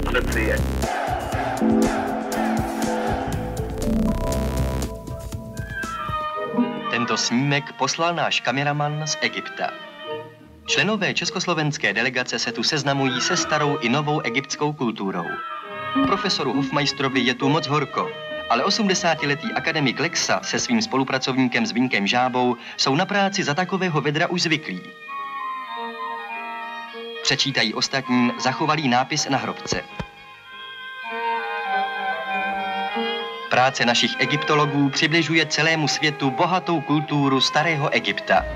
přeci je. Tento snímek poslal náš kameraman z Egypta. Členové československé delegace se tu seznamují se starou i novou egyptskou kulturou. Profesoru Hofmeisterovi je tu moc horko, ale 80letý akademik Lexa se svým spolupracovníkem Zbyňkem Žábou jsou na práci za takového vedra už zvyklí. Přečítají ostatním zachovalý nápis na hrobce. Práce našich egyptologů přibližuje celému světu bohatou kulturu starého Egypta.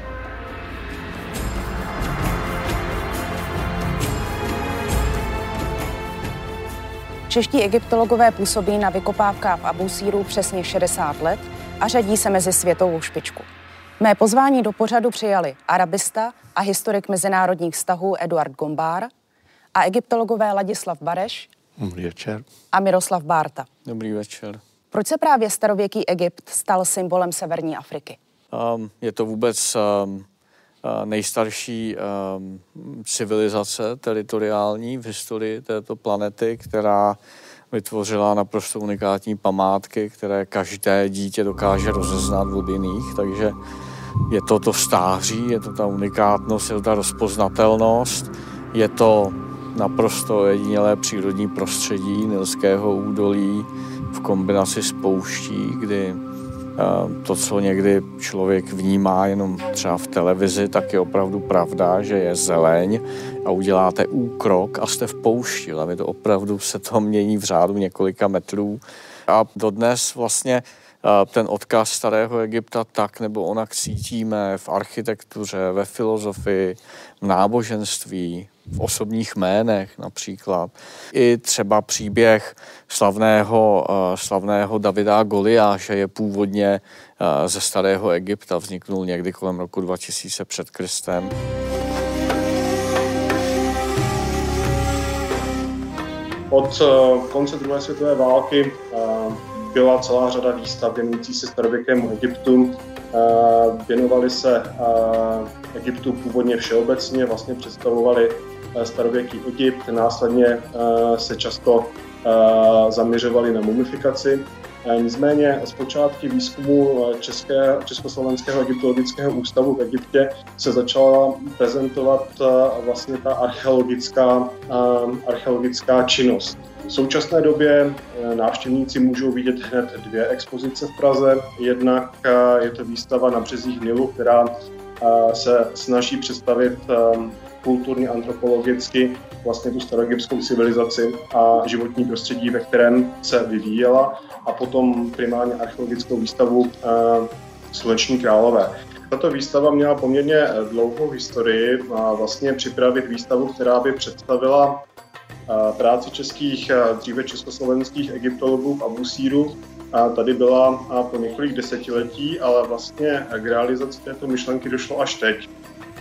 Čeští egyptologové působí na vykopávkách v Abusíru přesně 60 let a řadí se mezi světovou špičku. Mé pozvání do pořadu přijali arabista a historik mezinárodních vztahů Eduard Gombár a egyptologové Ladislav Bareš. Dobrý večer. A Miroslav Bárta. Dobrý večer. Proč se právě starověký Egypt stal symbolem severní Afriky? Je to vůbec nejstarší civilizace teritoriální v historii této planety, která vytvořila naprosto unikátní památky, které každé dítě dokáže rozeznat od jiných, takže je to to stáří, je to ta unikátnost, je to ta rozpoznatelnost, je to naprosto jedinělé přírodní prostředí Nilského údolí v kombinaci s pouští, kdy to, co někdy člověk vnímá jenom třeba v televizi, tak je opravdu pravda, že je zeleň a uděláte úkrok a jste v poušti. Tam je to opravdu, se to mění v řádu několika metrů. A dodnes vlastně ten odkaz starého Egypta tak nebo onak cítíme v architektuře, ve filozofii, v náboženství, v osobních jménech například. I třeba příběh slavného Davida a Goliáše je původně ze starého Egypta, vzniknul někdy kolem roku 2000 před Kristem. Od konce druhé světové války byla celá řada výstav věnující se starověkému Egyptu. Věnovali se Egyptu původně všeobecně, vlastně představovali starověký Egypt, následně se často zaměřovali na mumifikaci. Nicméně z počátky výzkumu Československého egyptologického ústavu v Egyptě se začala prezentovat vlastně ta archeologická činnost. V současné době návštěvníci můžou vidět hned dvě expozice v Praze. Jednak je to výstava na březích Nilu, která se snaží představit kulturně antropologicky vlastně tu staroegyptskou civilizaci a životní prostředí, ve kterém se vyvíjela, a potom primárně archeologickou výstavu Sluneční králové. Tato výstava měla poměrně dlouhou historii a vlastně připravit výstavu, která by představila práci českých, dříve československých egyptologů v Abusíru. Tady byla po několik desetiletí, ale vlastně k realizaci této myšlenky došlo až teď.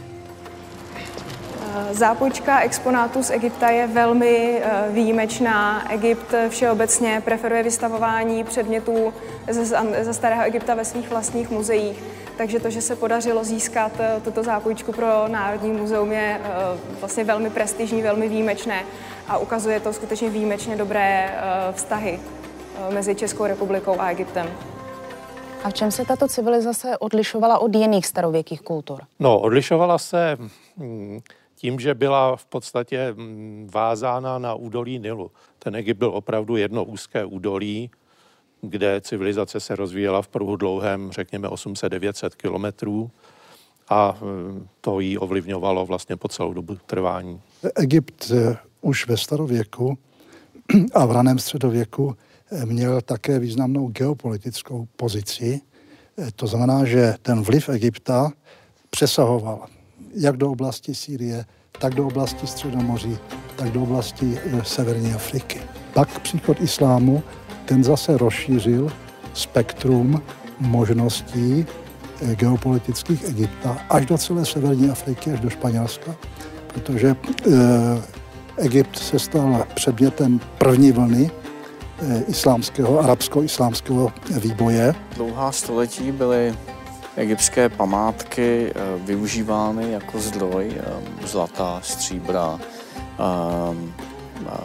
Zápůjčka exponátů z Egypta je velmi výjimečná. Egypt všeobecně preferuje vystavování předmětů ze starého Egypta ve svých vlastních muzeích. Takže to, že se podařilo získat tuto zápůjčku pro Národní muzeum, je vlastně velmi prestižní, velmi výjimečné a ukazuje to skutečně výjimečně dobré vztahy mezi Českou republikou a Egyptem. A v čem se tato civilizace odlišovala od jiných starověkých kultur? No, odlišovala se tím, že byla v podstatě vázána na údolí Nilu. Ten Egypt byl opravdu jedno úzké údolí, kde civilizace se rozvíjela v pruhu dlouhém, řekněme 800-900 kilometrů, a to jí ovlivňovalo vlastně po celou dobu trvání. Egypt už ve starověku a v raném středověku měl také významnou geopolitickou pozici. To znamená, že ten vliv Egypta přesahoval jak do oblasti Sýrie, tak do oblasti Středomoří, tak do oblasti severní Afriky. Pak příchod islámu, ten zase rozšířil spektrum možností geopolitických Egypta až do celé severní Afriky, až do Španělska, protože Egypt se stal předmětem první vlny arabsko-islámského výboje. Dlouhá století byly egyptské památky využívány jako zdroj zlata, stříbra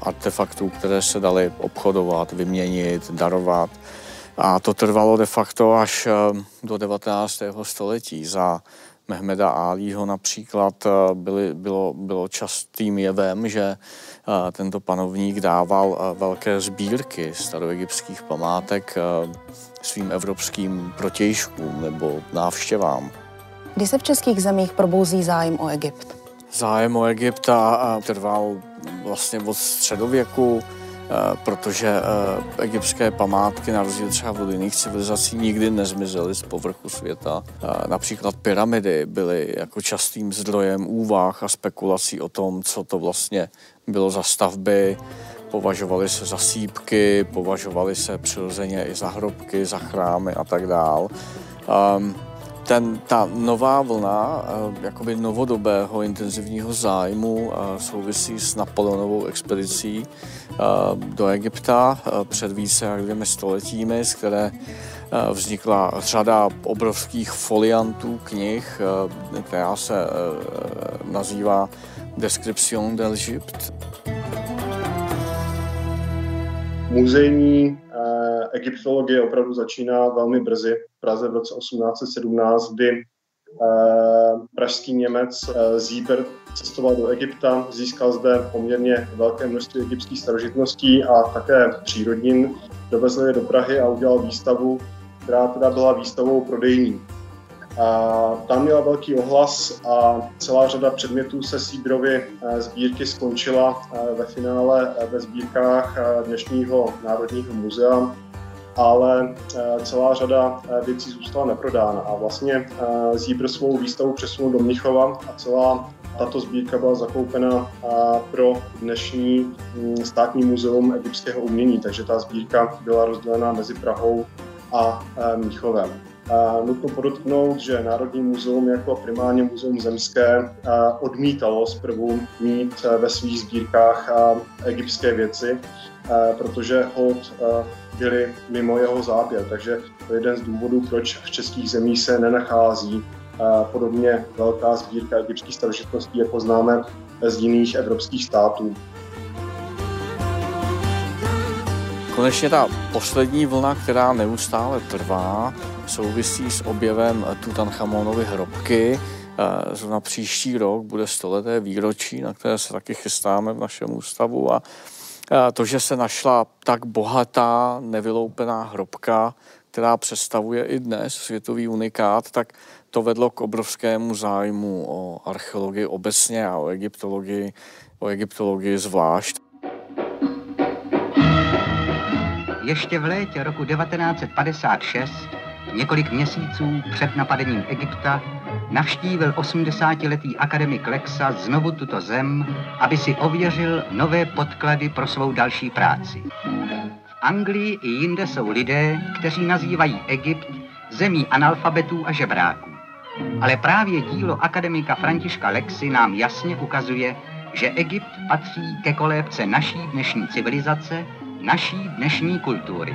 artefaktů, které se daly obchodovat, vyměnit, darovat. A to trvalo de facto až do 19. století. Za Mehmeda Alího například bylo častým jevem, že tento panovník dával velké sbírky staroegyptských památek svým evropským protějškům nebo návštěvám. Kdy se v českých zemích probouzí zájem o Egypt? Zájem o Egypta trval vlastně od středověku, protože egyptské památky na rozdíl třeba od jiných civilizací nikdy nezmizely z povrchu světa. Například pyramidy byly jako častým zdrojem úvah a spekulací o tom, co to vlastně bylo za stavby. Považovaly se za sýpky, považovaly se přirozeně i za hrobky, za chrámy a tak dál. Ta nová vlna jakoby novodobého intenzivního zájmu souvisí s Napoleonovou expedicí do Egypta před více jak 2 stoletími, z které vznikla řada obrovských foliantů knih, která se nazývá Description d'Egypte. Muzejní egyptologie opravdu začíná velmi brzy. V Praze v roce 1817, kdy pražský Němec Siebert cestoval do Egypta, získal zde poměrně velké množství egyptských starožitností a také přírodnin, dovezl je do Prahy a udělal výstavu, která teda byla výstavou prodejní. Tam měla velký ohlas a celá řada předmětů se Sieberovy sbírky skončila ve finále ve sbírkách dnešního Národního muzea, ale celá řada věcí zůstala neprodána a vlastně Sieber svou výstavu přesunul do Mnichova a celá tato sbírka byla zakoupena pro dnešní státní muzeum egyptského umění, takže ta sbírka byla rozdělena mezi Prahou a Mnichovem. Nutno podotknout, že Národní muzeum jako primárně muzeum zemské odmítalo zprvu mít ve svých sbírkách egyptské věci, protože holt byly mimo jeho záběr. Takže to je jeden z důvodů, proč v českých zemích se nenachází podobně velká sbírka egyptských starožitností, jako známe z jiných evropských států. Konečně ta poslední vlna, která neustále trvá, souvisí s objevem Tutanchamonovy hrobky. Zrovna příští rok bude 100leté výročí, na které se taky chystáme v našem ústavu. A to, že se našla tak bohatá, nevyloupená hrobka, která představuje i dnes světový unikát, tak to vedlo k obrovskému zájmu o archeologii obecně a o egyptologii zvlášť. Ještě v létě roku 1956, několik měsíců před napadením Egypta, navštívil 80letý akademik Lexa znovu tuto zem, aby si ověřil nové podklady pro svou další práci. V Anglii i jinde jsou lidé, kteří nazývají Egypt zemí analfabetů a žebráků. Ale právě dílo akademika Františka Lexy nám jasně ukazuje, že Egypt patří ke kolébce naší dnešní civilizace, naší dnešní kultury.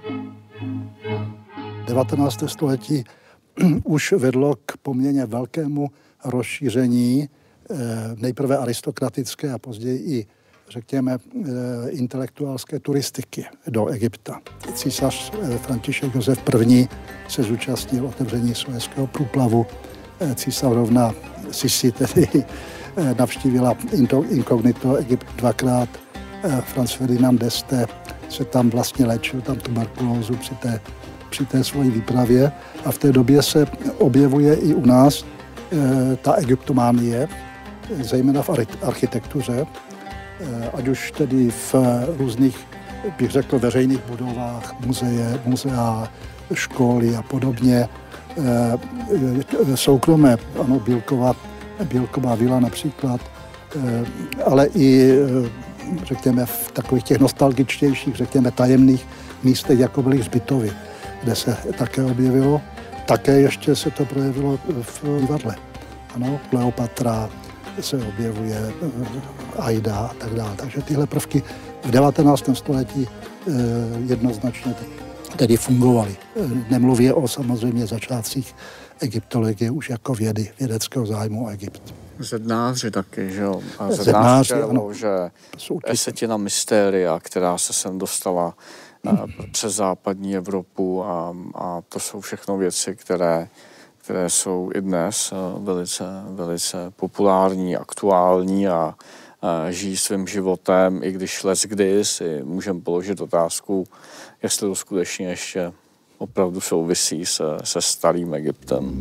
19. století už vedlo k poměrně velkému rozšíření nejprve aristokratické a později i, řekněme, intelektuálské turistiky do Egypta. Císař František Josef I. se zúčastnil otevření Suezského průplavu. Císařovna Sisi tedy navštívila inkognito Egypt 2krát. Franz Ferdinand d'Este se tam vlastně léčil tam tuberkulózu při té svojí výpravě a v té době se objevuje i u nás ta egyptománie, zejména v architektuře, ať už tedy v různých, bych řekl, veřejných budovách, muzea, školy a podobně. Soukromé, ano, Bílková vila například, ale i řekněme v takových těch nostalgičtějších, řekněme tajemných místech, jako byly hřbitovy, kde se také objevilo. Také ještě se to projevilo v divadle. Ano, Kleopatra se objevuje, Aida a tak dále. Takže tyhle prvky v 19. století jednoznačně tedy fungovaly. Nemluvě o samozřejmě začátcích egyptologie už jako vědeckého zájmu o Egypt. Zednáři taky, že jo? Zednáři, ano. Že desetina mystéria, která se sem dostala přes západní Evropu a to jsou všechno věci, které jsou i dnes velice populární, aktuální a žijí svým životem, i když leckdy si můžeme položit otázku, jestli to skutečně ještě opravdu souvisí se starým Egyptem.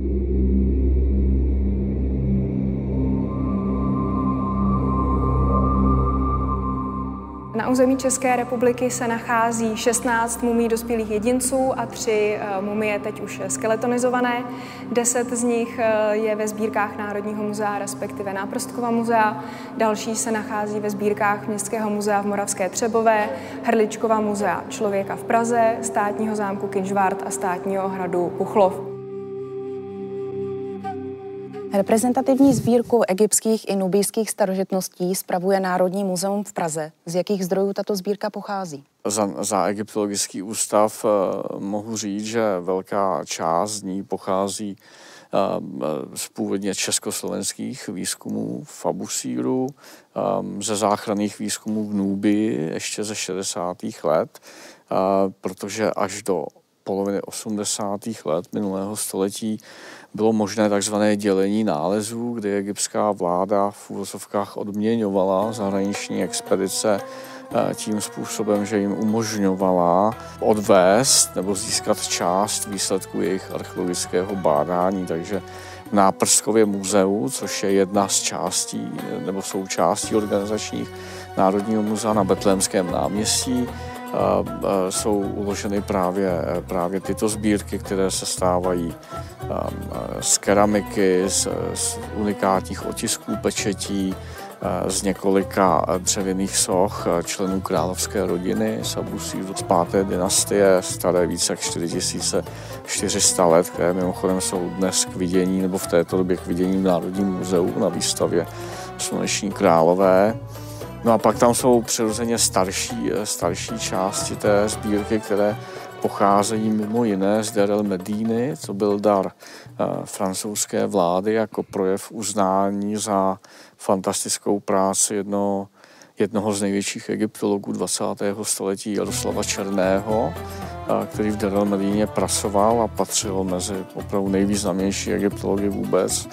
Na území České republiky se nachází 16 mumií dospělých jedinců a 3 mumie teď už skeletonizované. 10 z nich je ve sbírkách Národního muzea, respektive Náprstkova muzea. Další se nachází ve sbírkách Městského muzea v Moravské Třebové, Hrdličkova muzea Člověka v Praze, Státního zámku Kynžvart a Státního hradu Puchlov. Reprezentativní sbírku egyptských i nubijských starožitností spravuje Národní muzeum v Praze. Z jakých zdrojů tato sbírka pochází? Za Egyptologický ústav mohu říct, že velká část z ní pochází z původně československých výzkumů v Abusíru, ze záchranných výzkumů v Núbii ještě ze 60. let, protože až do poloviny 80. let minulého století bylo možné takzvané dělení nálezů, kdy egyptská vláda v úvozovkách odměňovala zahraniční expedice tím způsobem, že jim umožňovala odvést nebo získat část výsledků jejich archeologického bádání. Takže v Náprskově muzeu, což je jedna z částí nebo součástí organizačních Národního muzea na Betlémském náměstí, jsou uloženy právě tyto sbírky, které se stávají z keramiky, z unikátních otisků pečetí, z několika dřevěných soch členů královské rodiny z Abusíru z 5. dynastie, staré více jak 4400 let, které mimochodem jsou dnes k vidění, nebo v této době k vidění v Národním muzeu na výstavě Sluneční králové. No a pak tam jsou přirozeně starší části té sbírky, které pocházejí mimo jiné z Der el Medíny, co byl dar francouzské vlády jako projev uznání za fantastickou práci jednoho z největších egyptologů 20. století Jaroslava Černého, který v Der el Medíně pracoval a patřil mezi opravdu nejvýznamnější egyptology vůbec.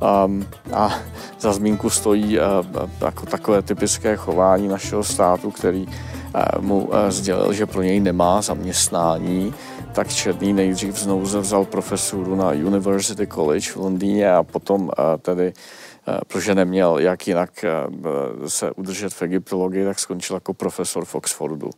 A za zmínku stojí jako takové typické chování našeho státu, který mu sdělil, že pro něj nemá zaměstnání, tak Černý nejdřív znovu vzal profesuru na University College v Londýně a potom tedy, protože neměl jak jinak se udržet v egyptologii, tak skončil jako profesor v Oxfordu.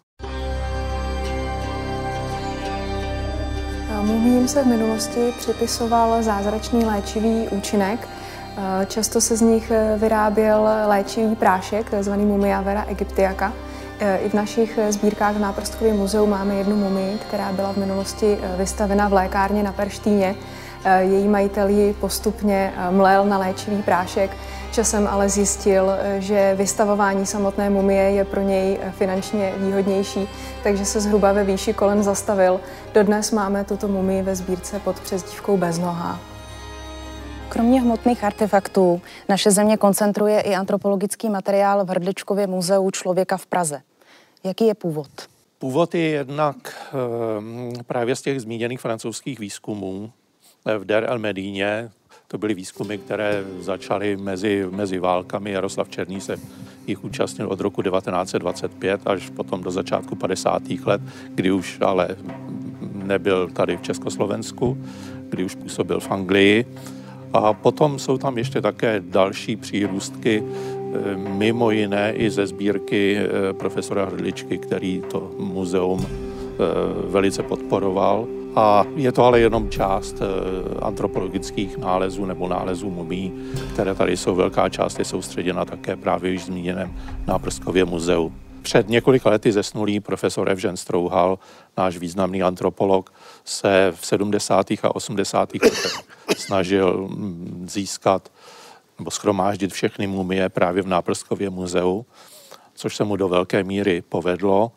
Mumiím se v minulosti připisoval zázračný léčivý účinek. Často se z nich vyráběl léčivý prášek, takzvaný mumia vera egyptiaca. I v našich sbírkách v Náprstkově muzeu máme jednu mumii, která byla v minulosti vystavena v lékárně na Perštýně. Její majitel ji postupně mlel na léčivý prášek. Časem ale zjistil, že vystavování samotné mumie je pro něj finančně výhodnější, takže se zhruba ve výši kolen zastavil. Dodnes máme tuto mumii ve sbírce pod přezdívkou Beznohá. Kromě hmotných artefaktů naše země koncentruje i antropologický materiál v Hrdličkově muzeu Člověka v Praze. Jaký je původ? Původ je jednak právě z těch zmíněných francouzských výzkumů v Der el Medíně. To byly výzkumy, které začaly mezi válkami. Jaroslav Černý se jich účastnil od roku 1925 až potom do začátku 50. let, kdy už ale nebyl tady v Československu, kdy už působil v Anglii. A potom jsou tam ještě také další přírůstky, mimo jiné i ze sbírky profesora Hrdličky, který to muzeum velice podporoval. A je to ale jenom část antropologických nálezů nebo nálezů mumií, které tady jsou. Velká část je soustředěna také právě již zmíněném Náprskově muzeu. Před několika lety zesnulý profesor Evžen Strouhal, náš významný antropolog, se v 70. a 80. letech snažil získat nebo shromáždit všechny mumie právě v Náprskově muzeu, což se mu do velké míry povedlo.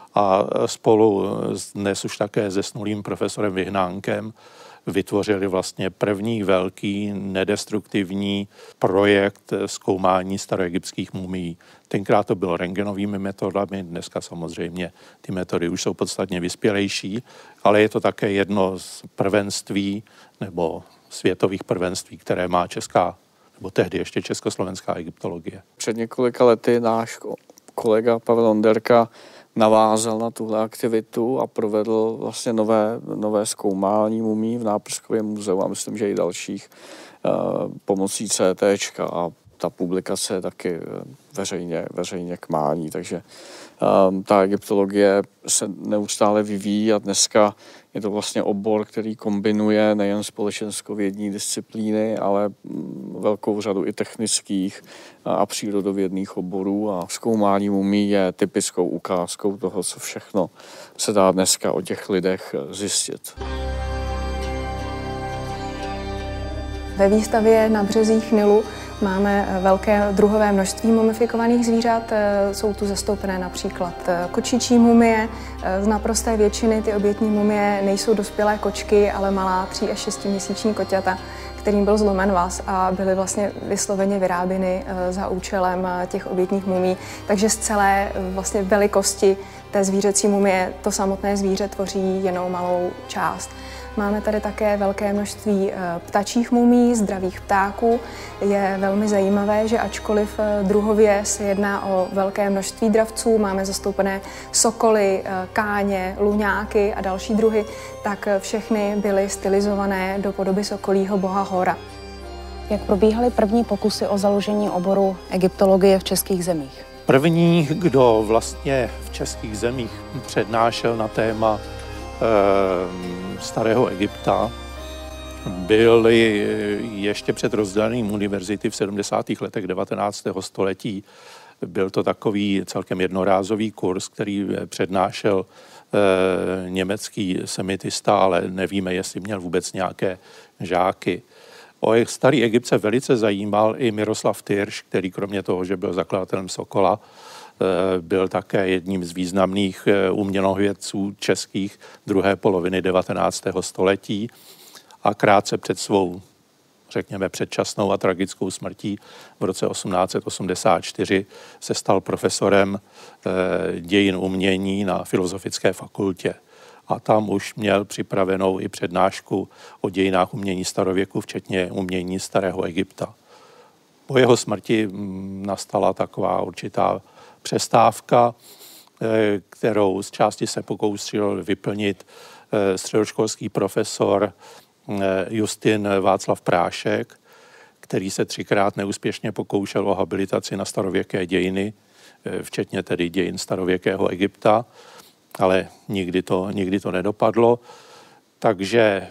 a spolu dnes už také zesnulým profesorem Vyhnánkem vytvořili vlastně první velký nedestruktivní projekt zkoumání staroegyptských mumií. Tenkrát to bylo rentgenovými metodami, dneska samozřejmě ty metody už jsou podstatně vyspělejší, ale je to také jedno z prvenství nebo světových prvenství, které má česká, nebo tehdy ještě československá egyptologie. Před několika lety náš kolega Pavel Onderka navázal na tuhle aktivitu a provedl vlastně nové zkoumání mumí v Náprskově muzeu a myslím, že i dalších pomocí CT a ta publikace je taky veřejně k mání, takže ta egyptologie se neustále vyvíjí a dneska je to vlastně obor, který kombinuje nejen společenskovědní disciplíny, ale velkou řadu i technických a přírodovědných oborů a zkoumání mumí je typickou ukázkou toho, co všechno se dá dneska o těch lidech zjistit. Ve výstavě na březích Nilu máme velké druhové množství mumifikovaných zvířat. Jsou tu zastoupené například kočičí mumie. Z naprosté většiny ty obětní mumie nejsou dospělé kočky, ale malá 3 až 6 měsíční koťata, kterým byl zlomen vaz a byly vlastně vysloveně vyráběny za účelem těch obětních mumí. Takže z celé vlastně velikosti té zvířecí mumie to samotné zvíře tvoří jenom malou část. Máme tady také velké množství ptačích mumí, zdravých ptáků. Je velmi zajímavé, že ačkoliv druhově se jedná o velké množství dravců, máme zastoupené sokoly, káně, luňáky a další druhy, tak všechny byly stylizované do podoby sokolího boha Hora. Jak probíhaly první pokusy o založení oboru egyptologie v českých zemích? První, kdo vlastně v českých zemích přednášel na téma starého Egypta, byly ještě před rozdělením univerzity v 70. letech 19. století. Byl to takový celkem jednorázový kurz, který přednášel německý semitista, ale nevíme, jestli měl vůbec nějaké žáky. O starý Egypt se velice zajímal i Miroslav Tyrš, který kromě toho, že byl zakladatelem Sokola, byl také jedním z významných uměnovědců českých druhé poloviny 19. století a krátce před svou, řekněme, předčasnou a tragickou smrtí v roce 1884 se stal profesorem dějin umění na Filozofické fakultě. A tam už měl připravenou i přednášku o dějinách umění starověku, včetně umění starého Egypta. Po jeho smrti nastala taková určitá přestávka, kterou z části se pokoušel vyplnit středoškolský profesor Justin Václav Prášek, který se 3krát neúspěšně pokoušel o habilitaci na starověké dějiny, včetně tedy dějin starověkého Egypta, ale nikdy to nedopadlo. Takže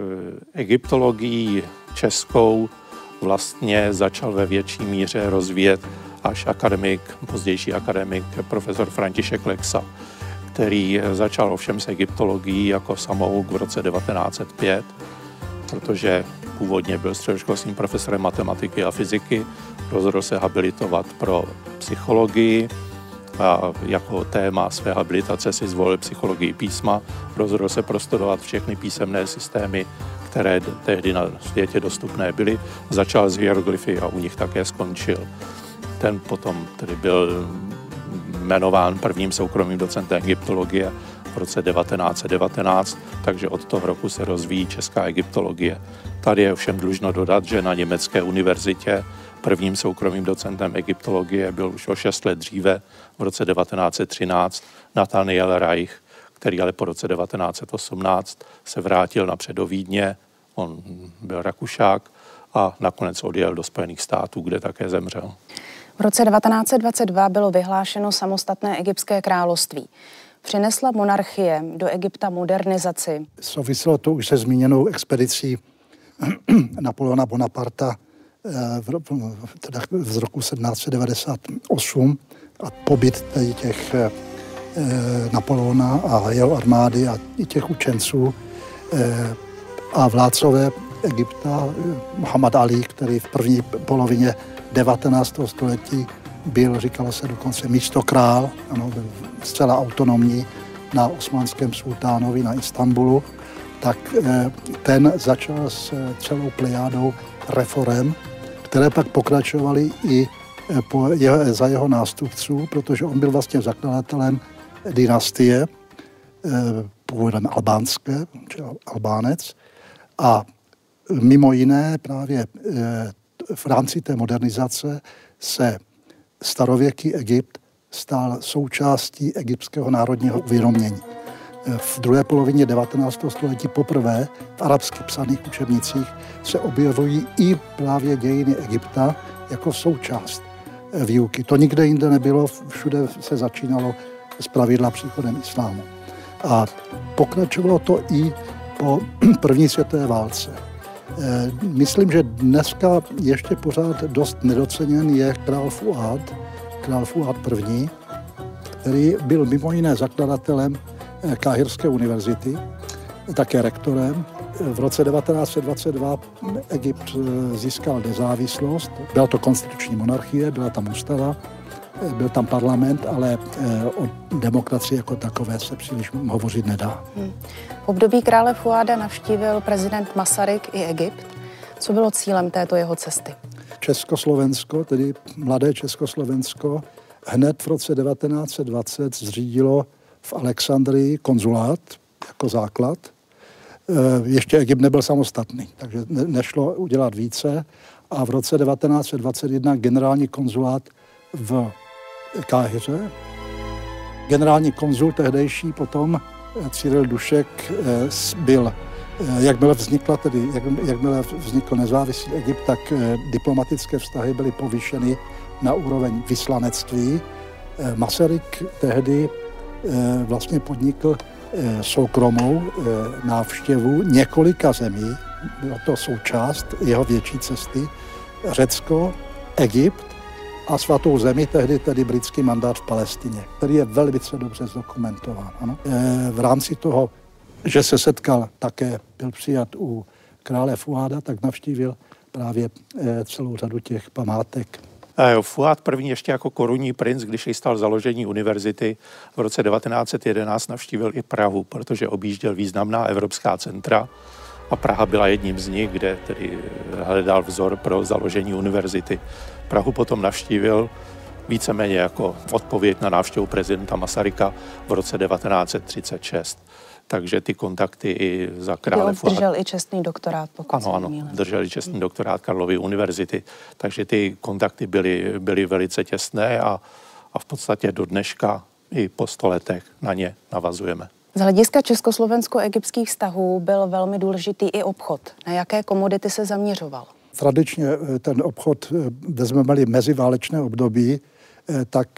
egyptologii českou vlastně začal ve větší míře rozvíjet až pozdější akademik profesor František Lexa, který začal ovšem s egyptologií jako samouk v roce 1905, protože původně byl středoškolským profesorem matematiky a fyziky, rozhodl se habilitovat pro psychologii a jako téma své habilitace si zvolil psychologii písma, rozhodl se prostudovat všechny písemné systémy, které tehdy na světě dostupné byly, začal s hieroglyfy a u nich také skončil. Ten potom tedy byl jmenován prvním soukromým docentem egyptologie v roce 1919, takže od toho roku se rozvíjí česká egyptologie. Tady je ovšem dlužno dodat, že na německé univerzitě prvním soukromým docentem egyptologie byl už o 6 let dříve, v roce 1913, Nathaniel Reich, který ale po roce 1918 se vrátil napřed do Vídně, on byl Rakušák a nakonec odjel do Spojených států, kde také zemřel. V roce 1922 bylo vyhlášeno samostatné egyptské království. Přinesla monarchie do Egypta modernizaci. Souviselo to už se zmíněnou expedicí Napoleona Bonaparta z roku 1798 a pobyt těch Napoleona a jeho armády a i těch učenců a vládcové Egypta, Muhammad Ali, který v první polovině 19. století byl, říkalo se dokonce, místokrál, ano, byl zcela autonomní na osmanském sultánovi na Istanbulu, tak ten začal s celou plejádou reforem, které pak pokračovaly i za jeho nástupců, protože on byl vlastně zakladatelem dynastie, původem albánské, Albánec, a mimo jiné právě v rámci té modernizace se starověký Egypt stal součástí egyptského národního uvědomění. V druhé polovině 19. století poprvé v arabsky psaných učebnicích se objevují i právě dějiny Egypta jako součást výuky. To nikde jinde nebylo, všude se začínalo zpravidla příchodem islámu. A pokračovalo to i po první světové válce. Myslím, že dneska ještě pořád dost nedoceněn je král Fuad I., který byl mimo jiné zakladatelem Káhirské univerzity, také rektorem. V roce 1922 Egypt získal nezávislost, byla to konstituční monarchie, byla tam ústava, byl tam parlament, ale o demokracii jako takové se příliš hovořit nedá. V období krále Fuáda navštívil prezident Masaryk i Egypt. Co bylo cílem této jeho cesty? Československo, tedy mladé Československo, hned v roce 1920 zřídilo v Alexandrii konzulát jako základ. Ještě Egypt nebyl samostatný, takže nešlo udělat více. A v roce 1921 generální konzulát v Káhiře. Generální konzul tehdejší potom Cyril Dušek byl, jakmile vznikl nezávislý Egypt, tak diplomatické vztahy byly povýšeny na úroveň vyslanectví. Masaryk tehdy vlastně podnikl soukromou návštěvu několika zemí, byla to součást jeho větší cesty, Řecko, Egypt a Svatou zemi, tehdy tedy britský mandát v Palestině, který je velice dobře zdokumentován. Ano. V rámci toho, že se setkal, také byl přijat u krále Fuáda, tak navštívil právě celou řadu těch památek. Fuad první ještě jako korunní princ, když chystal založení univerzity v roce 1911, navštívil i Prahu, protože objížděl významná evropská centra a Praha byla jedním z nich, kde tedy hledal vzor pro založení univerzity. Prahu potom navštívil víceméně jako odpověď na návštěvu prezidenta Masaryka v roce 1936. Takže ty kontakty i za krále Fuáda. Držel i čestný doktorát, pokud Ano, držel i čestný doktorát Karlovy univerzity. Takže ty kontakty byly velice těsné a v podstatě do dneška i po 100 letech na ně navazujeme. Z hlediska československo-egyptských vztahů byl velmi důležitý i obchod. Na jaké komodity se zaměřoval? Tradičně ten obchod, vezmeme-li meziválečné období, tak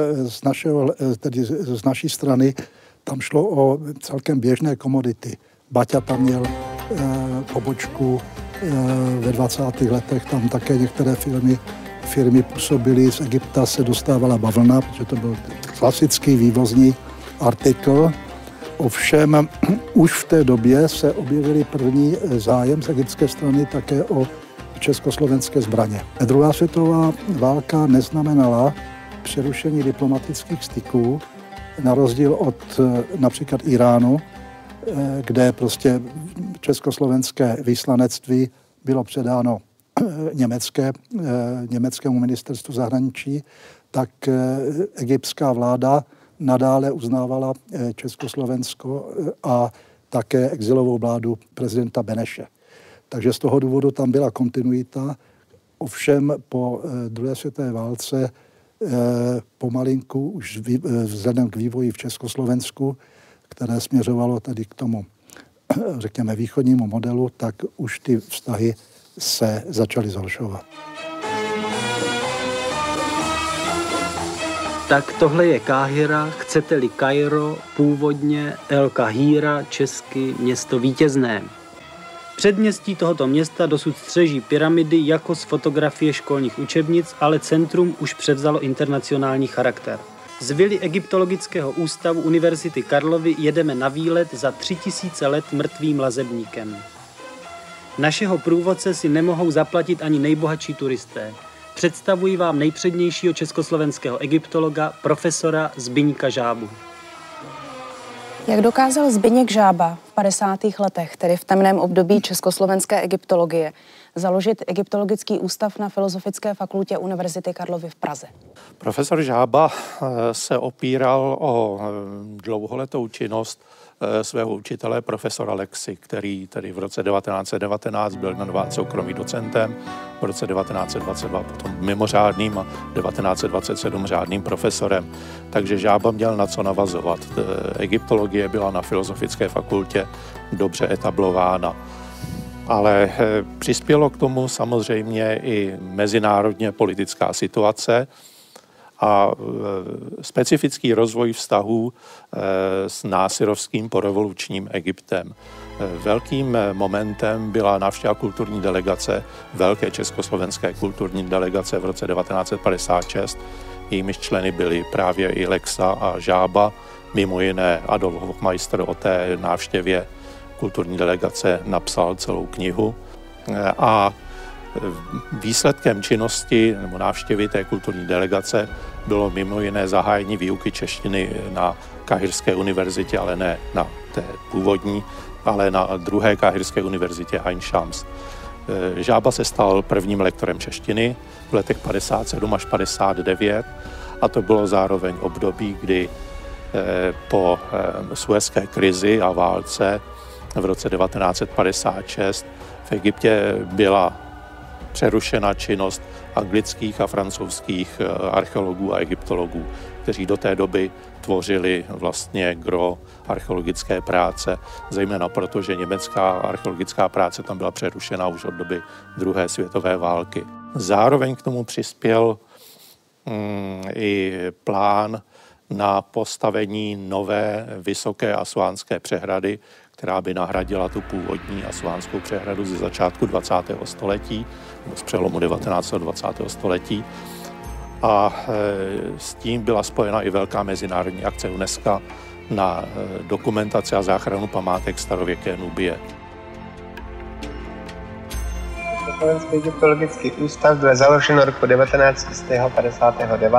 z naší strany tam šlo o celkem běžné komodity. Baťa tam měl pobočku ve 20. letech, tam také některé firmy působily, z Egypta se dostávala bavlna, protože to byl klasický vývozní artikl. Ovšem už v té době se objevily první zájem z egyptské strany také o československé zbraně. Druhá světová válka neznamenala přerušení diplomatických styků, na rozdíl od například Iránu, kde prostě československé vyslanectví bylo předáno německému ministerstvu zahraničí, tak egyptská vláda nadále uznávala Československo a také exilovou vládu prezidenta Beneše. Takže z toho důvodu tam byla kontinuita. Ovšem po druhé světové válce pomalinku už vzhledem k vývoji v Československu, které směřovalo tady k tomu, řekněme, východnímu modelu, tak už ty vztahy se začaly zhoršovat. Tak tohle je Káhira, chcete-li Kairo, původně El Kahira, česky město vítězné. Předměstí tohoto města dosud střeží pyramidy jako z fotografie školních učebnic, ale centrum už převzalo internacionální charakter. Z vily Egyptologického ústavu Univerzity Karlovy jedeme na výlet za 3000 let mrtvým lazebníkem. Našeho průvodce si nemohou zaplatit ani nejbohatší turisté. představuji vám nejpřednějšího československého egyptologa, profesora Zbyňka Žábu. Jak dokázal Zbyněk Žába v 50. letech, tedy v temném období československé egyptologie, založit Egyptologický ústav na Filozofické fakultě Univerzity Karlovy v Praze? Profesor Žába se opíral o dlouholetou činnost svého učitele, profesora Lexy, který tedy v roce 1919 byl jmenován soukromým docentem, v roce 1922 potom mimořádným a 1927 řádným profesorem. Takže Žába měl na co navazovat. Egyptologie byla na Filozofické fakultě dobře etablována. Ale přispělo k tomu samozřejmě i mezinárodně politická situace a specifický rozvoj vztahů s násirovským porevolučním Egyptem. Velkým momentem byla návštěva kulturní delegace, velké československé kulturní delegace v roce 1956. Jejímiž členy byli právě i Lexa a Žába, mimo jiné Adolf Hofmeister o té návštěvě kulturní delegace napsal celou knihu a výsledkem činnosti nebo návštěvy té kulturní delegace bylo mimo jiné zahájení výuky češtiny na Káhirské univerzitě, ale ne na té původní, ale na druhé Káhirské univerzitě Ain Shams. Žába se stal prvním lektorem češtiny v letech 57 až 59 a to bylo zároveň období, kdy po suezské krizi a válce v roce 1956 v Egyptě byla přerušena činnost anglických a francouzských archeologů a egyptologů, kteří do té doby tvořili vlastně gro archeologické práce, zejména proto, že německá archeologická práce tam byla přerušena už od doby druhé světové války. Zároveň k tomu přispěl i plán na postavení nové vysoké Assuánské přehrady, která by nahradila tu původní Assuánskou přehradu ze začátku 20. století, nebo z přelomu 19. a 20. století. A s tím byla spojena i velká mezinárodní akce UNESCO na dokumentaci a záchranu památek starověké Nubie. Československý egyptologický ústav byl založen roku 1959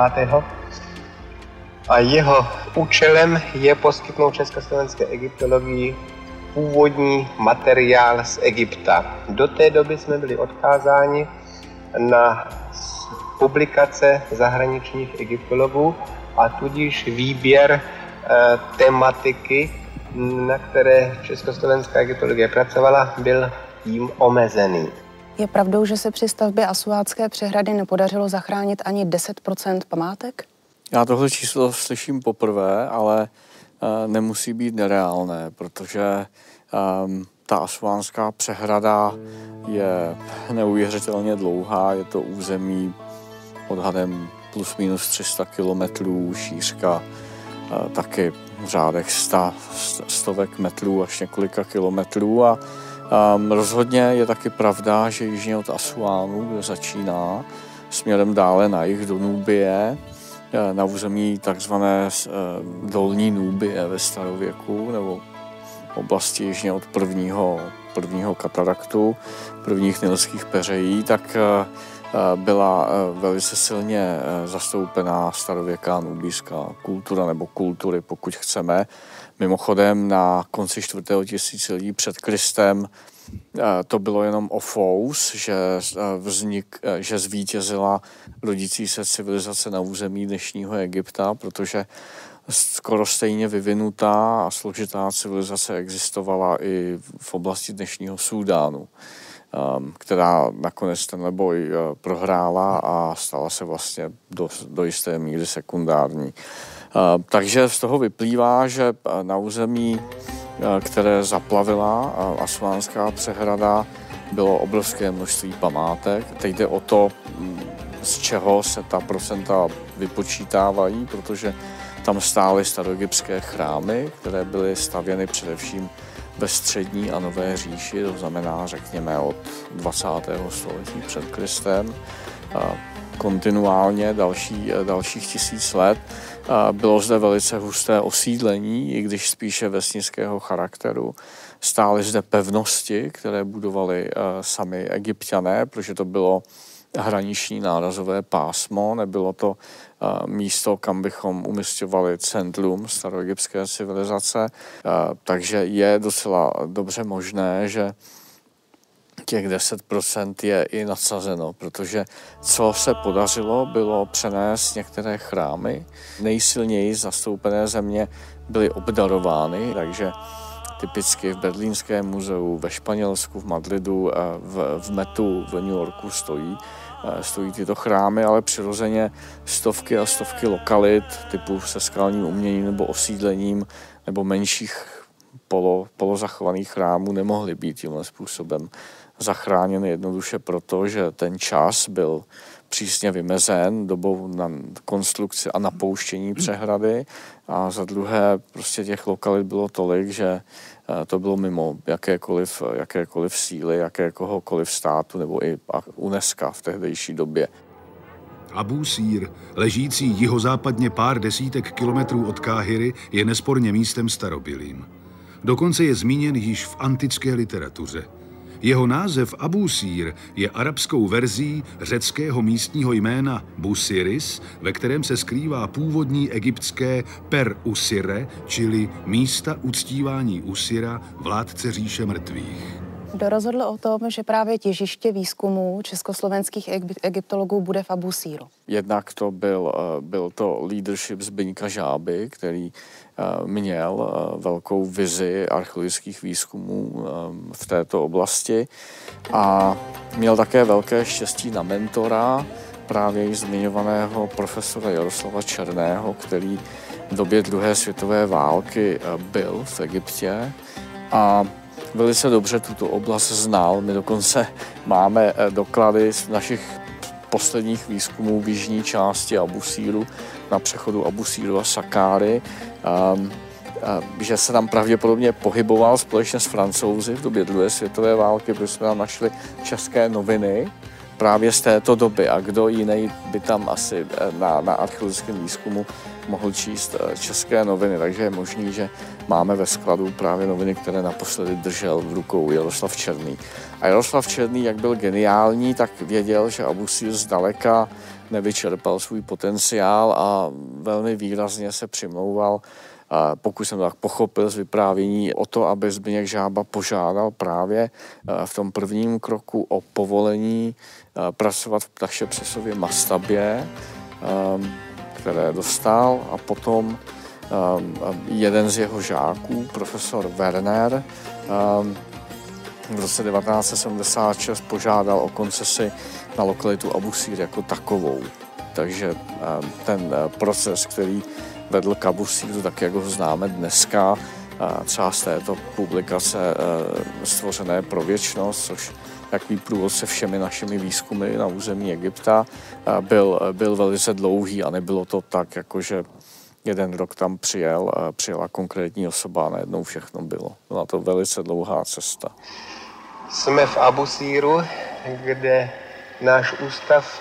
a jeho účelem je poskytnout československé egyptologii původní materiál z Egypta. Do té doby jsme byli odkázáni na publikace zahraničních egyptologů a tudíž výběr tematiky, na které československá egyptologie pracovala, byl tím omezený. Je pravdou, že se při stavbě Assuánské přehrady nepodařilo zachránit ani 10% památek? Já tohle číslo slyším poprvé, ale nemusí být nereálné, protože ta Assuánská přehrada je neuvěřitelně dlouhá, je to území odhadem plus minus 300 kilometrů, šířka taky v řádech stovek metrů až několika kilometrů a rozhodně je taky pravda, že jižně od Assuánu, kde začíná, směrem dále na jih do Nubie, na území takzvané dolní Nubie ve starověku, nebo oblasti jižně od prvního kataraktu, prvních nilských peřejí, tak byla velice silně zastoupená starověká nubijská kultura nebo kultury, pokud chceme. Mimochodem na konci 4. tisíciletí před Kristem to bylo jenom o fous, že zvítězila rodící se civilizace na území dnešního Egypta, protože skoro stejně vyvinutá a složitá civilizace existovala i v oblasti dnešního Súdánu, která nakonec tenhle boj prohrála a stala se vlastně do jisté míry sekundární. Takže z toho vyplývá, že na území, které zaplavila Assuánská přehrada, bylo obrovské množství památek. Teď jde o to, z čeho se ta procenta vypočítávají, protože tam stály staroegyptské chrámy, které byly stavěny především ve střední a nové říši, to znamená, řekněme, od 20. století před Kristem, kontinuálně dalších 1000 let. Bylo zde velice husté osídlení, i když spíše vesnického charakteru. Stály zde pevnosti, které budovali sami Egypťané, protože to bylo hraniční nárazové pásmo, nebylo to místo, kam bychom umisťovali centrum staroegyptské civilizace, takže je docela dobře možné, že těch 10% je i nadsazeno, protože co se podařilo, bylo přenést některé chrámy. Nejsilněji zastoupené země byly obdarovány, takže typicky v Berlínském muzeu, ve Španělsku, v Madridu, v Metu, v New Yorku stojí tyto chrámy, ale přirozeně stovky a stovky lokalit typu se skalním uměním nebo osídlením nebo menších polozachovaných chrámů nemohly být tímhle způsobem zachráněny jednoduše proto, že ten čas byl přísně vymezen dobou na konstrukci a napouštění přehrady a za druhé prostě těch lokalit bylo tolik, že to bylo mimo jakékoliv síly, jakéhokoliv státu nebo i UNESCO v tehdejší době. Abú Sír, ležící jihozápadně pár desítek kilometrů od Káhiry, je nesporně místem starobylým. Dokonce je zmíněn již v antické literatuře. Jeho název Abú Sír je arabskou verzí řeckého místního jména Busiris, ve kterém se skrývá původní egyptské Per Usire, čili místa uctívání Usira, vládce říše mrtvých. Kdo rozhodl o tom, že právě těžiště výzkumů československých egyptologů bude v Abú Síru? Jednak to byl to leadership Zbyňka Žáby, který měl velkou vizi archeologických výzkumů v této oblasti a měl také velké štěstí na mentora, právě již zmiňovaného profesora Jaroslava Černého, který v době druhé světové války byl v Egyptě a velice dobře tuto oblast znal. My dokonce máme doklady z našich posledních výzkumů v jižní části Abú Síru, na přechodu Abú Síru a Sakáry, že se tam pravděpodobně pohyboval společně s Francouzi v době druhé světové války, protože jsme tam našli české noviny právě z této doby a kdo jiný by tam asi na archeologickém výzkumu mohl číst české noviny, takže je možný, že máme ve skladu právě noviny, které naposledy držel v rukou Jaroslav Černý. A Jaroslav Černý, jak byl geniální, tak věděl, že Abú Sír zdaleka nevyčerpal svůj potenciál a velmi výrazně se přimlouval, pokud jsem tak pochopil z vyprávění, o to, aby Zbyněk Žába požádal právě v tom prvním kroku o povolení pracovat v Ptachšepřesově mastabě, které dostal, a potom jeden z jeho žáků, profesor Werner, v roce 1976 požádal o koncesi na lokalitu Abú Sír jako takovou. Takže ten proces, který vedl k Abú Síru, tak jak ho známe dneska, třeba z této publikace Stvořené pro věčnost, což takový průvodce všemi našimi výzkumy na území byl velice dlouhý a nebylo to tak, jakože jeden rok tam přijela konkrétní osoba a najednou všechno bylo. Byla to velice dlouhá cesta. Jsme v Abú Síru, kde náš ústav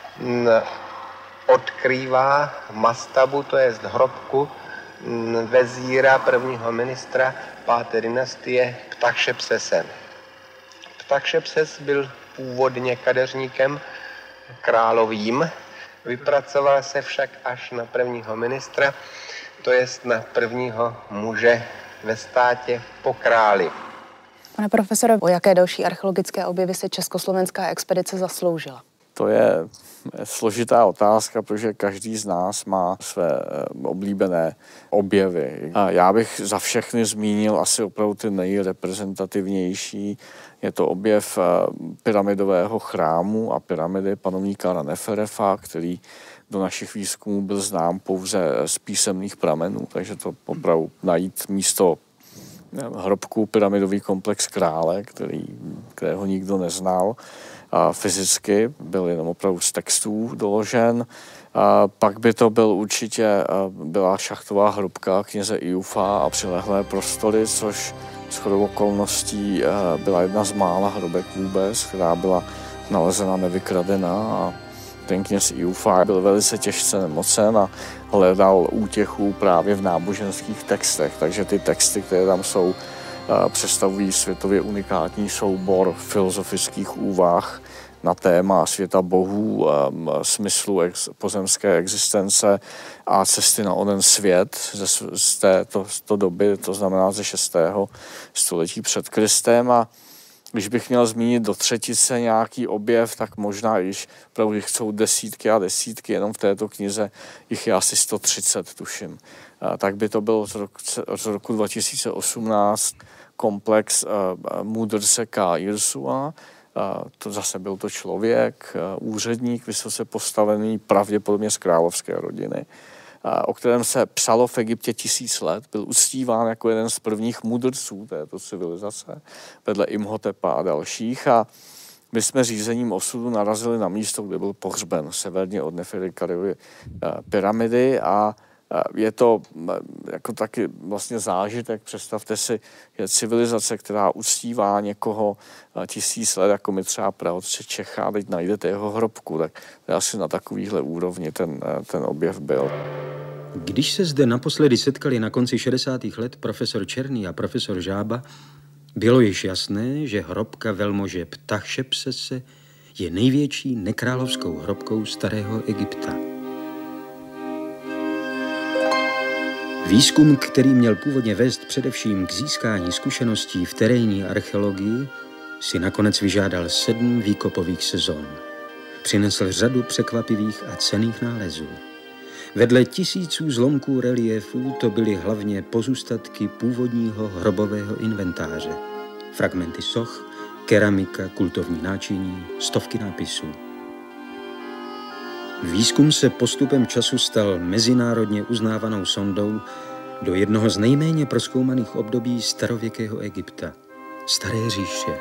odkrývá mastabu, to je hrobku vezíra prvního ministra 5. dynastie Ptachšepsese. Ptachšepses byl původně kadeřníkem královým, vypracoval se však až na prvního ministra, to jest na prvního muže ve státě po králi. Pane profesore, o jaké další archeologické objevy se československá expedice zasloužila? To je složitá otázka, protože každý z nás má své oblíbené objevy. A já bych za všechny zmínil asi opravdu ty nejreprezentativnější. Je to objev pyramidového chrámu a pyramidy panovníka Raneferefa, který do našich výzkumů byl znám pouze z písemných pramenů, takže to opravdu najít místo hrobku pyramidový komplex krále, kterého nikdo neznal. Fyzicky byl jenom opravdu z textů doložen. Pak by to byla šachtová hrobka kněze Iufa a přilehlé prostory, což shodou okolností byla jedna z mála hrobek vůbec, která byla nalezena nevykradená. A ten kněz Iufa byl velice těžce nemocen a hledal útěchu právě v náboženských textech, takže ty texty, které tam jsou, představují světově unikátní soubor filozofických úvah na téma světa bohů, smyslu pozemské existence a cesty na onen svět z této doby, to znamená ze 6. století před Kristem. A když bych měl zmínit do třetice nějaký objev, tak možná již opravdu jich jsou desítky a desítky, jenom v této knize jich je asi 130, tuším. Tak by to byl z roku 2018 komplex Mudrce K. Irsua. To zase byl to člověk, úředník, vysoce postavený, pravděpodobně z královské rodiny, o kterém se psalo v Egyptě 1000 let. Byl uctíván jako jeden z prvních mudrců této civilizace, vedle Imhotepa a dalších. A my jsme řízením osudu narazili na místo, kde byl pohřben, severně od Nefertitiovy pyramidy, a je to jako taky vlastně zážitek. Představte si, je civilizace, která uctívá někoho 1000 let, jako my třeba praotce Čecha, teď najdete jeho hrobku, tak asi na takovýhle úrovni ten objev byl. Když se zde naposledy setkali na konci 60. let profesor Černý a profesor Žába, bylo již jasné, že hrobka velmože Ptachšepsese je největší nekrálovskou hrobkou starého Egypta. Výzkum, který měl původně vést především k získání zkušeností v terénní archeologii, si nakonec vyžádal 7 výkopových sezon. Přinesl řadu překvapivých a cenných nálezů. Vedle tisíců zlomků reliéfů to byly hlavně pozůstatky původního hrobového inventáře. Fragmenty soch, keramika, kultovní náčiní, stovky nápisů. Výzkum se postupem času stal mezinárodně uznávanou sondou do jednoho z nejméně prozkoumaných období starověkého Egypta, Staré říše.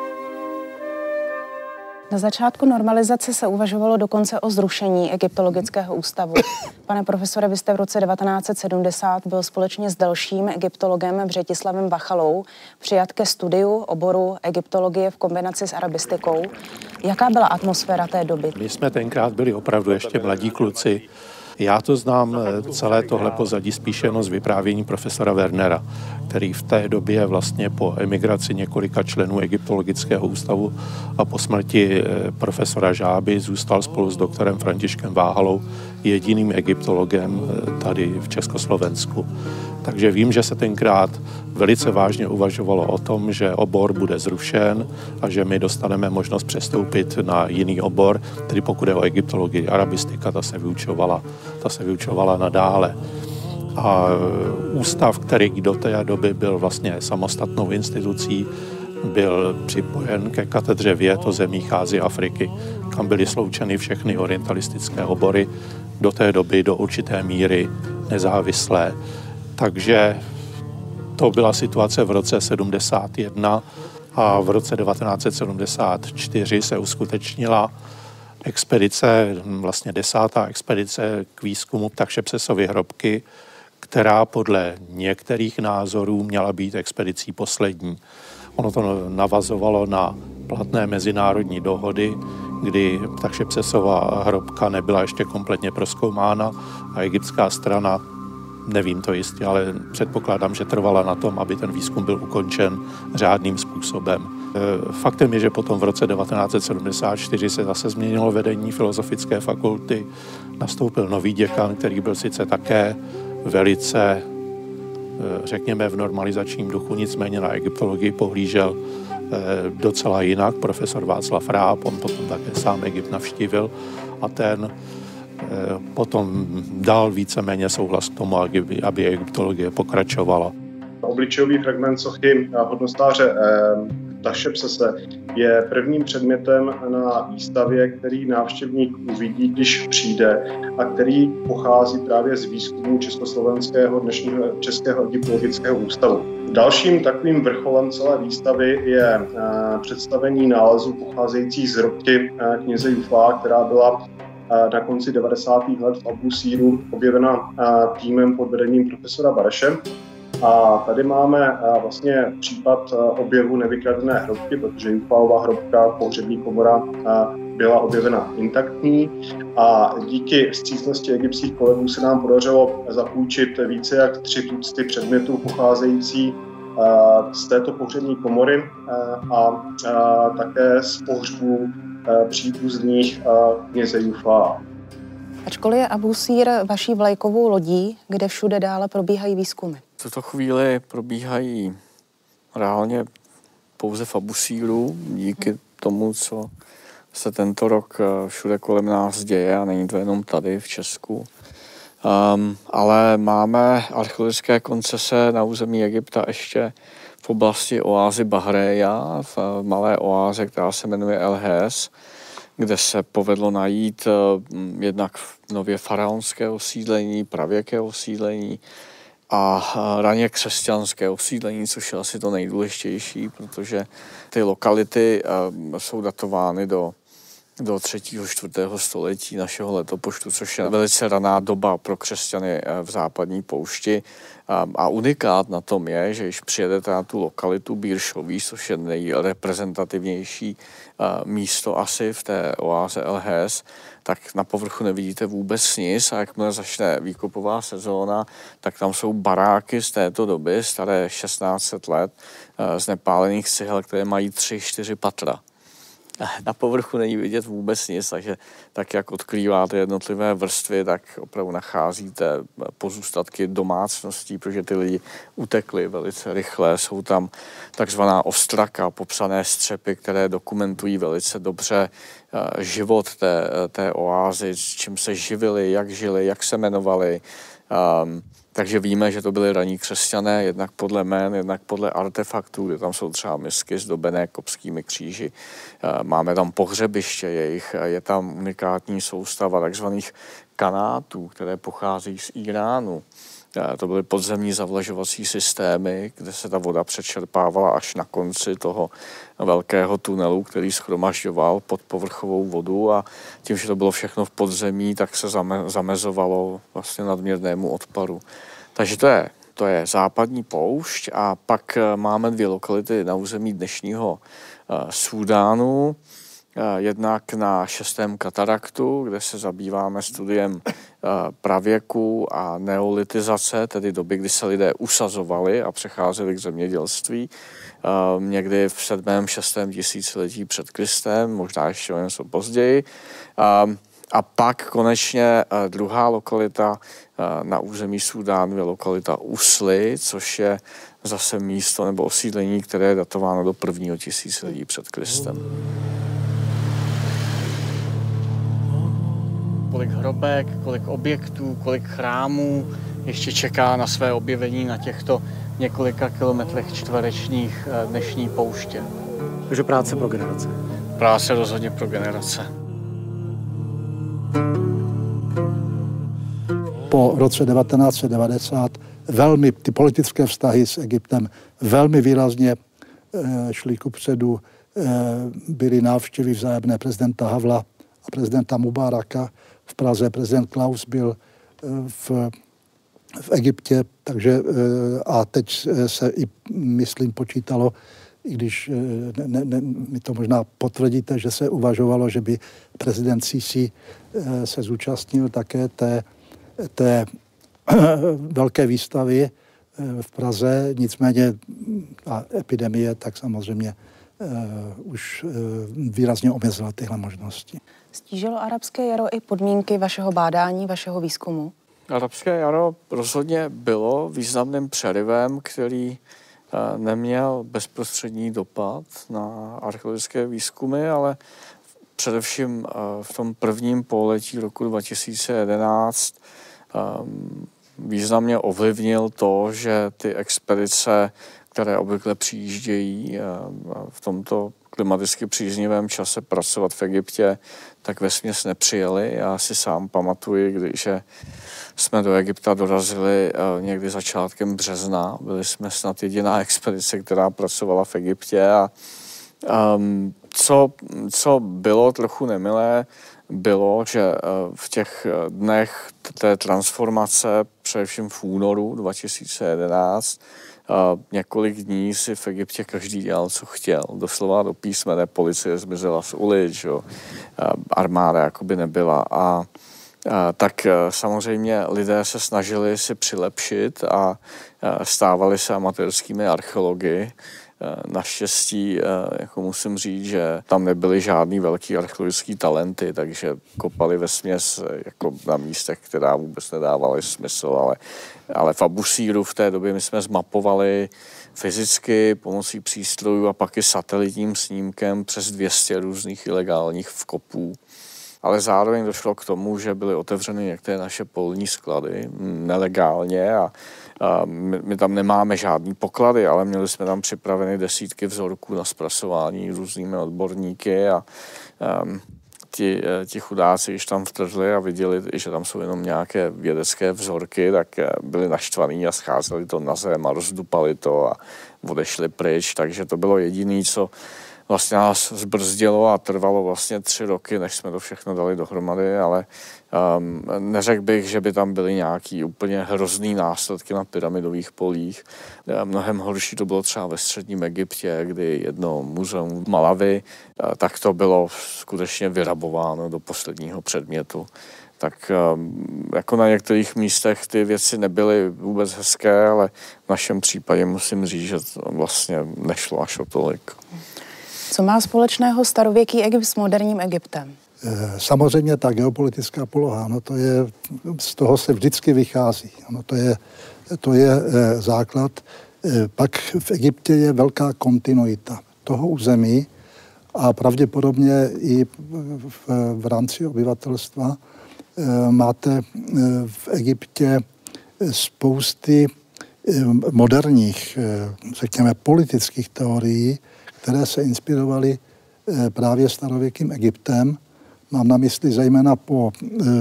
Na začátku normalizace se uvažovalo dokonce o zrušení Egyptologického ústavu. Pane profesore, vy jste v roce 1970 byl společně s dalším egyptologem Břetislavem Vachalou přijat ke studiu oboru egyptologie v kombinaci s arabistikou. Jaká byla atmosféra té doby? My jsme tenkrát byli opravdu ještě mladí kluci. Já to znám celé tohle pozadí spíše jenom z vyprávění profesora Wernera, který v té době vlastně po emigraci několika členů Egyptologického ústavu a po smrti profesora Žáby zůstal spolu s doktorem Františkem Váhalou jediným egyptologem tady v Československu. Takže vím, že se tenkrát velice vážně uvažovalo o tom, že obor bude zrušen a že my dostaneme možnost přestoupit na jiný obor, tedy pokud je o egyptologii, arabistika, ta se vyučovala nadále. A ústav, který do té doby byl vlastně samostatnou institucí, byl připojen ke katedře věd o zemích Ázie a Afriky, kam byly sloučeny všechny orientalistické obory, do té doby do určité míry nezávislé. Takže to byla situace v roce 71 a v roce 1974 se uskutečnila expedice, vlastně 10. expedice k výzkumu Ptachšepsesovy hrobky, která podle některých názorů měla být expedicí poslední. Ono to navazovalo na platné mezinárodní dohody, kdy Ptachšepsesova hrobka nebyla ještě kompletně prozkoumána a egyptská strana, nevím to jistě, ale předpokládám, že trvala na tom, aby ten výzkum byl ukončen řádným způsobem. Faktem je, že potom v roce 1974 se zase změnilo vedení filozofické fakulty, nastoupil nový děkan, který byl sice také velice, řekněme, v normalizačním duchu, nicméně na egyptologii pohlížel docela jinak, profesor Václav Ráb, on potom také sám Egypt navštívil a ten potom dal víceméně souhlas k tomu, aby egyptologie pokračovala. Obličejový fragment sochy hodnostáře Ptachšepsese je prvním předmětem na výstavě, který návštěvník uvidí, když přijde, a který pochází právě z výzkumu československého dnešního Českého egyptologického ústavu. Dalším takovým vrcholem celé výstavy je představení nálezů pocházejících z hrobky kněze Jufá, která byla na konci 90. let v Abu Síru objevena týmem pod vedením profesora Bareše. A tady máme vlastně případ objevu nevykradené hrobky, protože Jufáova hrobka, pohřební komora, byla objevena intaktní a díky vstřícnosti egyptských kolegů se nám podařilo zapůjčit více jak 3 tucty předmětů pocházející z této pohřební komory a také z pohřbů příbuzných kněze Jufáa. Ačkoliv je Abusír vaší vlajkovou lodí, kde všude dále probíhají výzkumy? V tuto chvíli probíhají reálně pouze v Abusíru, díky tomu, co se tento rok všude kolem nás děje, a není to jenom tady v Česku. Ale máme archeologické koncese na území Egypta ještě v oblasti oázy Bahreja, v malé oáze, která se jmenuje El Hes, kde se povedlo najít jednak nově faraonské osídlení, pravěké osídlení a raně křesťanské osídlení, což je asi to nejdůležitější, protože ty lokality jsou datovány do 3. 4. století našeho letopočtu, což je velice raná doba pro křesťany v západní poušti. A unikát na tom je, že když přijedete na tu lokalitu Bir Shovis, což je nejreprezentativnější místo asi v té oáze El Hes, tak na povrchu nevidíte vůbec nic, a jakmile začne výkopová sezóna, tak tam jsou baráky z této doby, staré 1600 let, z nepálených cihel, které mají 3-4 patra. Na povrchu není vidět vůbec nic, takže tak, jak odkrýváte jednotlivé vrstvy, tak opravdu nacházíte pozůstatky domácností, protože ty lidi utekli velice rychle. Jsou tam takzvaná ostraka, popsané střepy, které dokumentují velice dobře život té oázy, s čím se živili, jak se jmenovali. Takže víme, že to byli raní křesťané, jednak podle jmen, jednak podle artefaktů, kde tam jsou třeba misky zdobené kopskými kříži. Máme tam pohřebiště jejich, je tam unikátní soustava takzvaných kanátů, které pochází z Iránu. To byly podzemní zavlažovací systémy, kde se ta voda přečerpávala až na konci toho velkého tunelu, který shromažďoval podpovrchovou vodu, a tím, že to bylo všechno v podzemí, tak se zamezovalo vlastně nadměrnému odparu. Takže to je západní poušť, a pak máme 2 lokality na území dnešního Súdánu. Jednak na 6. kataraktu, kde se zabýváme studiem pravěku a neolitizace, tedy doby, kdy se lidé usazovali a přecházeli k zemědělství, někdy v 7. 6. tisíciletí před Kristem, možná ještě o něco později. A pak konečně druhá lokalita na území Súdánu je lokalita Usly, což je zase místo nebo osídlení, které je datováno do 1. tisíciletí před Kristem. Kolik hrobek, kolik objektů, kolik chrámů ještě čeká na své objevení na těchto několika kilometrech čtverečních dnešní pouště. Takže práce pro generace. Práce rozhodně pro generace. Po roce 1990 velmi ty politické vztahy s Egyptem velmi výrazně šly kupředu. Byly návštěvy vzájemné prezidenta Havla a prezidenta Mubaraka v Praze. Prezident Klaus byl v Egyptě, takže a teď se i, myslím, počítalo, i když mi to možná potvrdíte, že se uvažovalo, že by prezident Sisi se zúčastnil také té velké výstavy v Praze, nicméně ta epidemie tak samozřejmě už výrazně omezila tyhle možnosti. Stížilo arabské jaro i podmínky vašeho bádání, vašeho výzkumu? Arabské jaro rozhodně bylo významným přerivem, který neměl bezprostřední dopad na archeologické výzkumy, ale především v tom prvním pololetí roku 2011 významně ovlivnil to, že ty expedice, které obvykle přijíždějí v tomto klimaticky příznivém čase pracovat v Egyptě, tak vesměs nepřijeli. Já si sám pamatuji, když jsme do Egypta dorazili někdy začátkem března. Byli jsme snad jediná expedice, která pracovala v Egyptě. A co bylo trochu nemilé, bylo, že v těch dnech té transformace, především v únoru 2011, několik dní si v Egyptě každý dělal, co chtěl. Doslova do písmene, policie zmizela z ulic, armáda jakoby nebyla. A tak samozřejmě lidé se snažili si přilepšit a stávali se amatérskými archeology. Naštěstí, jako musím říct, že tam nebyly žádný velký archeologický talenty, takže kopali vesměs jako na místech, která vůbec nedávaly smysl, ale v Abusíru v té době my jsme zmapovali fyzicky pomocí přístrojů a pak i satelitním snímkem přes 200 různých ilegálních vkopů. Ale zároveň došlo k tomu, že byly otevřeny některé naše polní sklady nelegálně a my tam nemáme žádný poklady, ale měli jsme tam připraveny desítky vzorků na zpracování různými odborníky a ti chudáci, když tam vtržli a viděli, že tam jsou jenom nějaké vědecké vzorky, tak byli naštvaní a scházeli to na zem a rozdupali to a odešli pryč, takže to bylo jediné, co vlastně nás zbrzdilo a trvalo vlastně 3 roky, než jsme to všechno dali dohromady, ale neřekl bych, že by tam byly nějaký úplně hrozný následky na pyramidových polích. Mnohem horší to bylo třeba ve středním Egyptě, kdy jedno muzeum v Malawi, tak to bylo skutečně vyrabováno do posledního předmětu. Tak jako na některých místech ty věci nebyly vůbec hezké, ale v našem případě musím říct, že to vlastně nešlo až o tolik. Co má společného starověký Egypt s moderním Egyptem? Samozřejmě ta geopolitická poloha, no to je, z toho se vždycky vychází. No to je základ. Pak v Egyptě je velká kontinuita toho území a pravděpodobně i v rámci obyvatelstva máte v Egyptě spousty moderních, řekněme, politických teorií, které se inspirovaly právě starověkým Egyptem. Mám na mysli zejména po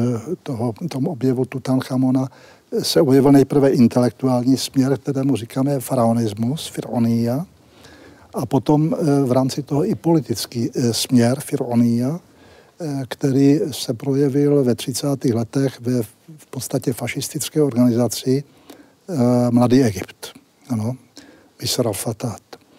tom objevu Tutanchamona se objevil nejprve intelektuální směr, kterému říkáme faraonismus, Fir'onia, a potom v rámci toho i politický směr Fir'onia, který se projevil ve 30. letech ve v podstatě fašistické organizaci Mladý Egypt. Ano, Misr al-Fatah.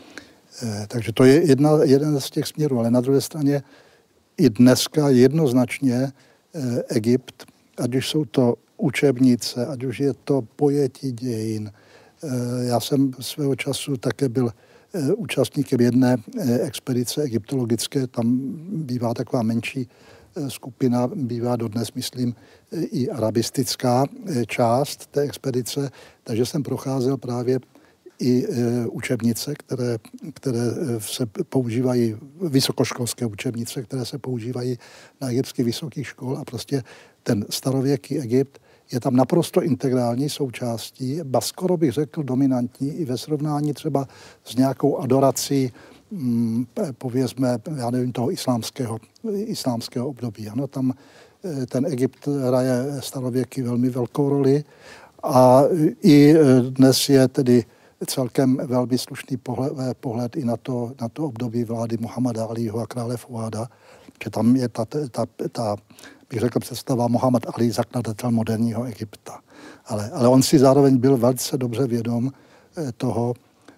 Takže to je jeden z těch směrů, ale na druhé straně i dneska jednoznačně Egypt, ať už jsou to učebnice, ať už je to pojetí dějin. Já jsem svého času také byl účastníkem jedné expedice egyptologické, tam bývá taková menší skupina, bývá dodnes, myslím, i arabistická část té expedice, takže jsem procházel právě i učebnice, které se používají, vysokoškolské učebnice, které se používají na egyptských vysokých škol a prostě ten starověký Egypt je tam naprosto integrální součástí, ba skoro bych řekl dominantní i ve srovnání třeba s nějakou adorací, povězme, já nevím, toho islámského období. Ano, tam ten Egypt hraje starověky velmi velkou roli a i dnes je tedy celkem velmi slušný pohled i na to období vlády Muhammada Alího a krále Fuáda, že tam je ta bych řekl, představa Muhammad Ali, zakladatel moderního Egypta. Ale on si zároveň byl velice dobře vědom toho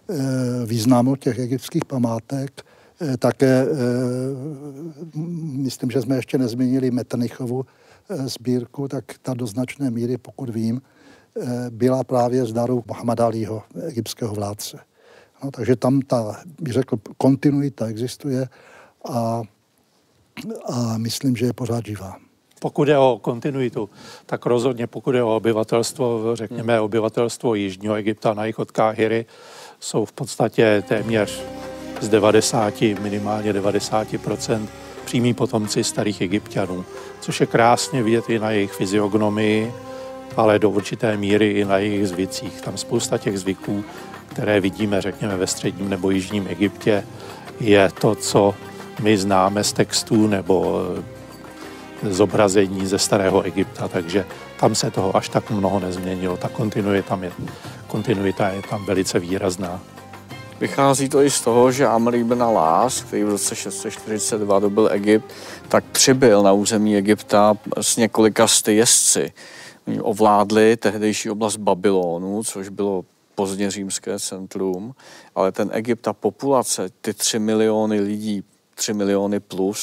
významu těch egyptských památek. Také myslím, že jsme ještě nezmínili Metternich-ovu sbírku, tak ta do značné míry, pokud vím, byla právě z daru Muhammada Alího, egyptského vládce. No, takže tam ta, bych řekl, kontinuita existuje a myslím, že je pořád živá. Pokud je o kontinuitu, tak rozhodně pokud je o obyvatelstvo, řekněme obyvatelstvo jižního Egypta na jih od Káhiry, jsou v podstatě téměř z 90, minimálně 90% přímí potomci starých Egypťanů, což je krásně vidět i na jejich fyziognomii, ale do určité míry i na jejich zvycích. Tam spousta těch zvyků, které vidíme, řekněme, ve středním nebo jižním Egyptě, je to, co my známe z textů nebo zobrazení ze starého Egypta, takže tam se toho až tak mnoho nezměnilo. Ta kontinuita je tam velice výrazná. Vychází to i z toho, že Amr ibn al-As, který v roce 642 dobil Egypt, tak přibyl na území Egypta s několika sty jezdci. Oni ovládli tehdejší oblast Babylonu, což bylo pozdně římské centrum, ale ten Egypt, ta populace, ty 3 miliony lidí, 3 miliony plus,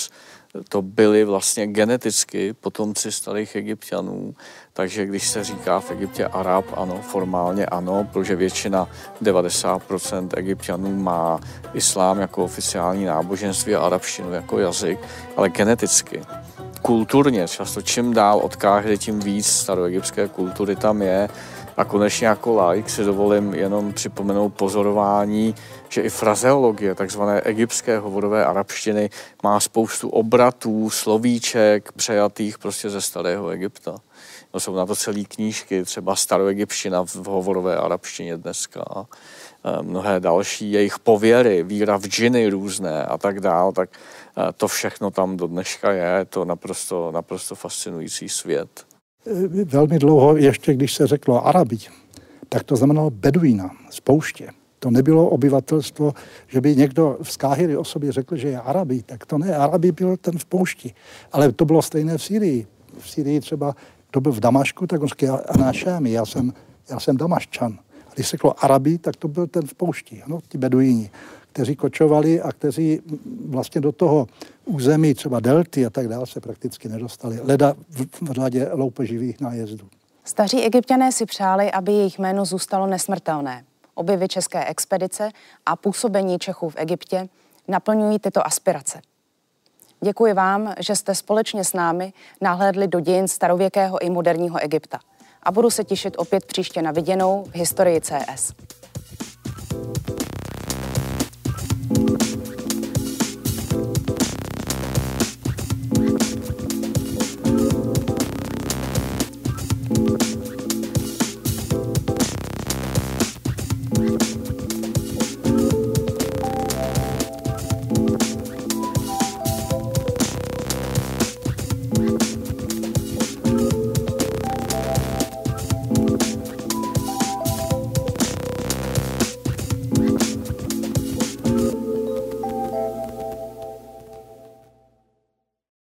to byli vlastně geneticky potomci starých Egypťanů, takže když se říká v Egyptě Arab, ano, formálně ano, protože většina, 90% Egypťanů má islám jako oficiální náboženství a arabštinu jako jazyk, ale geneticky, kulturně, často čím dál od Káhiry, tím víc staroegyptské kultury tam je. A konečně jako laik si dovolím jenom připomenout pozorování, že i frazeologie, takzvané egyptské hovorové arabštiny, má spoustu obratů, slovíček přejatých prostě ze starého Egypta. No, jsou na to celé knížky, třeba staroegyptština v hovorové arabštině dneska a mnohé další, jejich pověry, víra v džiny různé a tak dál, tak to všechno tam do dneška je to naprosto fascinující svět. Velmi dlouho, ještě když se řeklo Arabi, tak to znamenalo beduína z pouště. To nebylo obyvatelstvo, že by někdo z Káhiry o sobě řekl, že je Arabi, tak to ne. Arabi byl ten v poušti. Ale to bylo stejné v Syrii. V Syrii třeba, kdo byl v Damašku, tak on říkal, Anášámi, já jsem Damaščan. A když se řeklo Arabi, tak to byl ten v poušti, ano, ti beduíni, kteří kočovali a kteří vlastně do toho území třeba delty a tak dále se prakticky nedostali. Leda v řadě loupeživých nájezdů. Staří Egypťané si přáli, aby jejich jméno zůstalo nesmrtelné. Objevy české expedice a působení Čechů v Egyptě naplňují tyto aspirace. Děkuji vám, že jste společně s námi nahlédli do dějin starověkého i moderního Egypta. A budu se těšit opět příště na viděnou v Historii CS.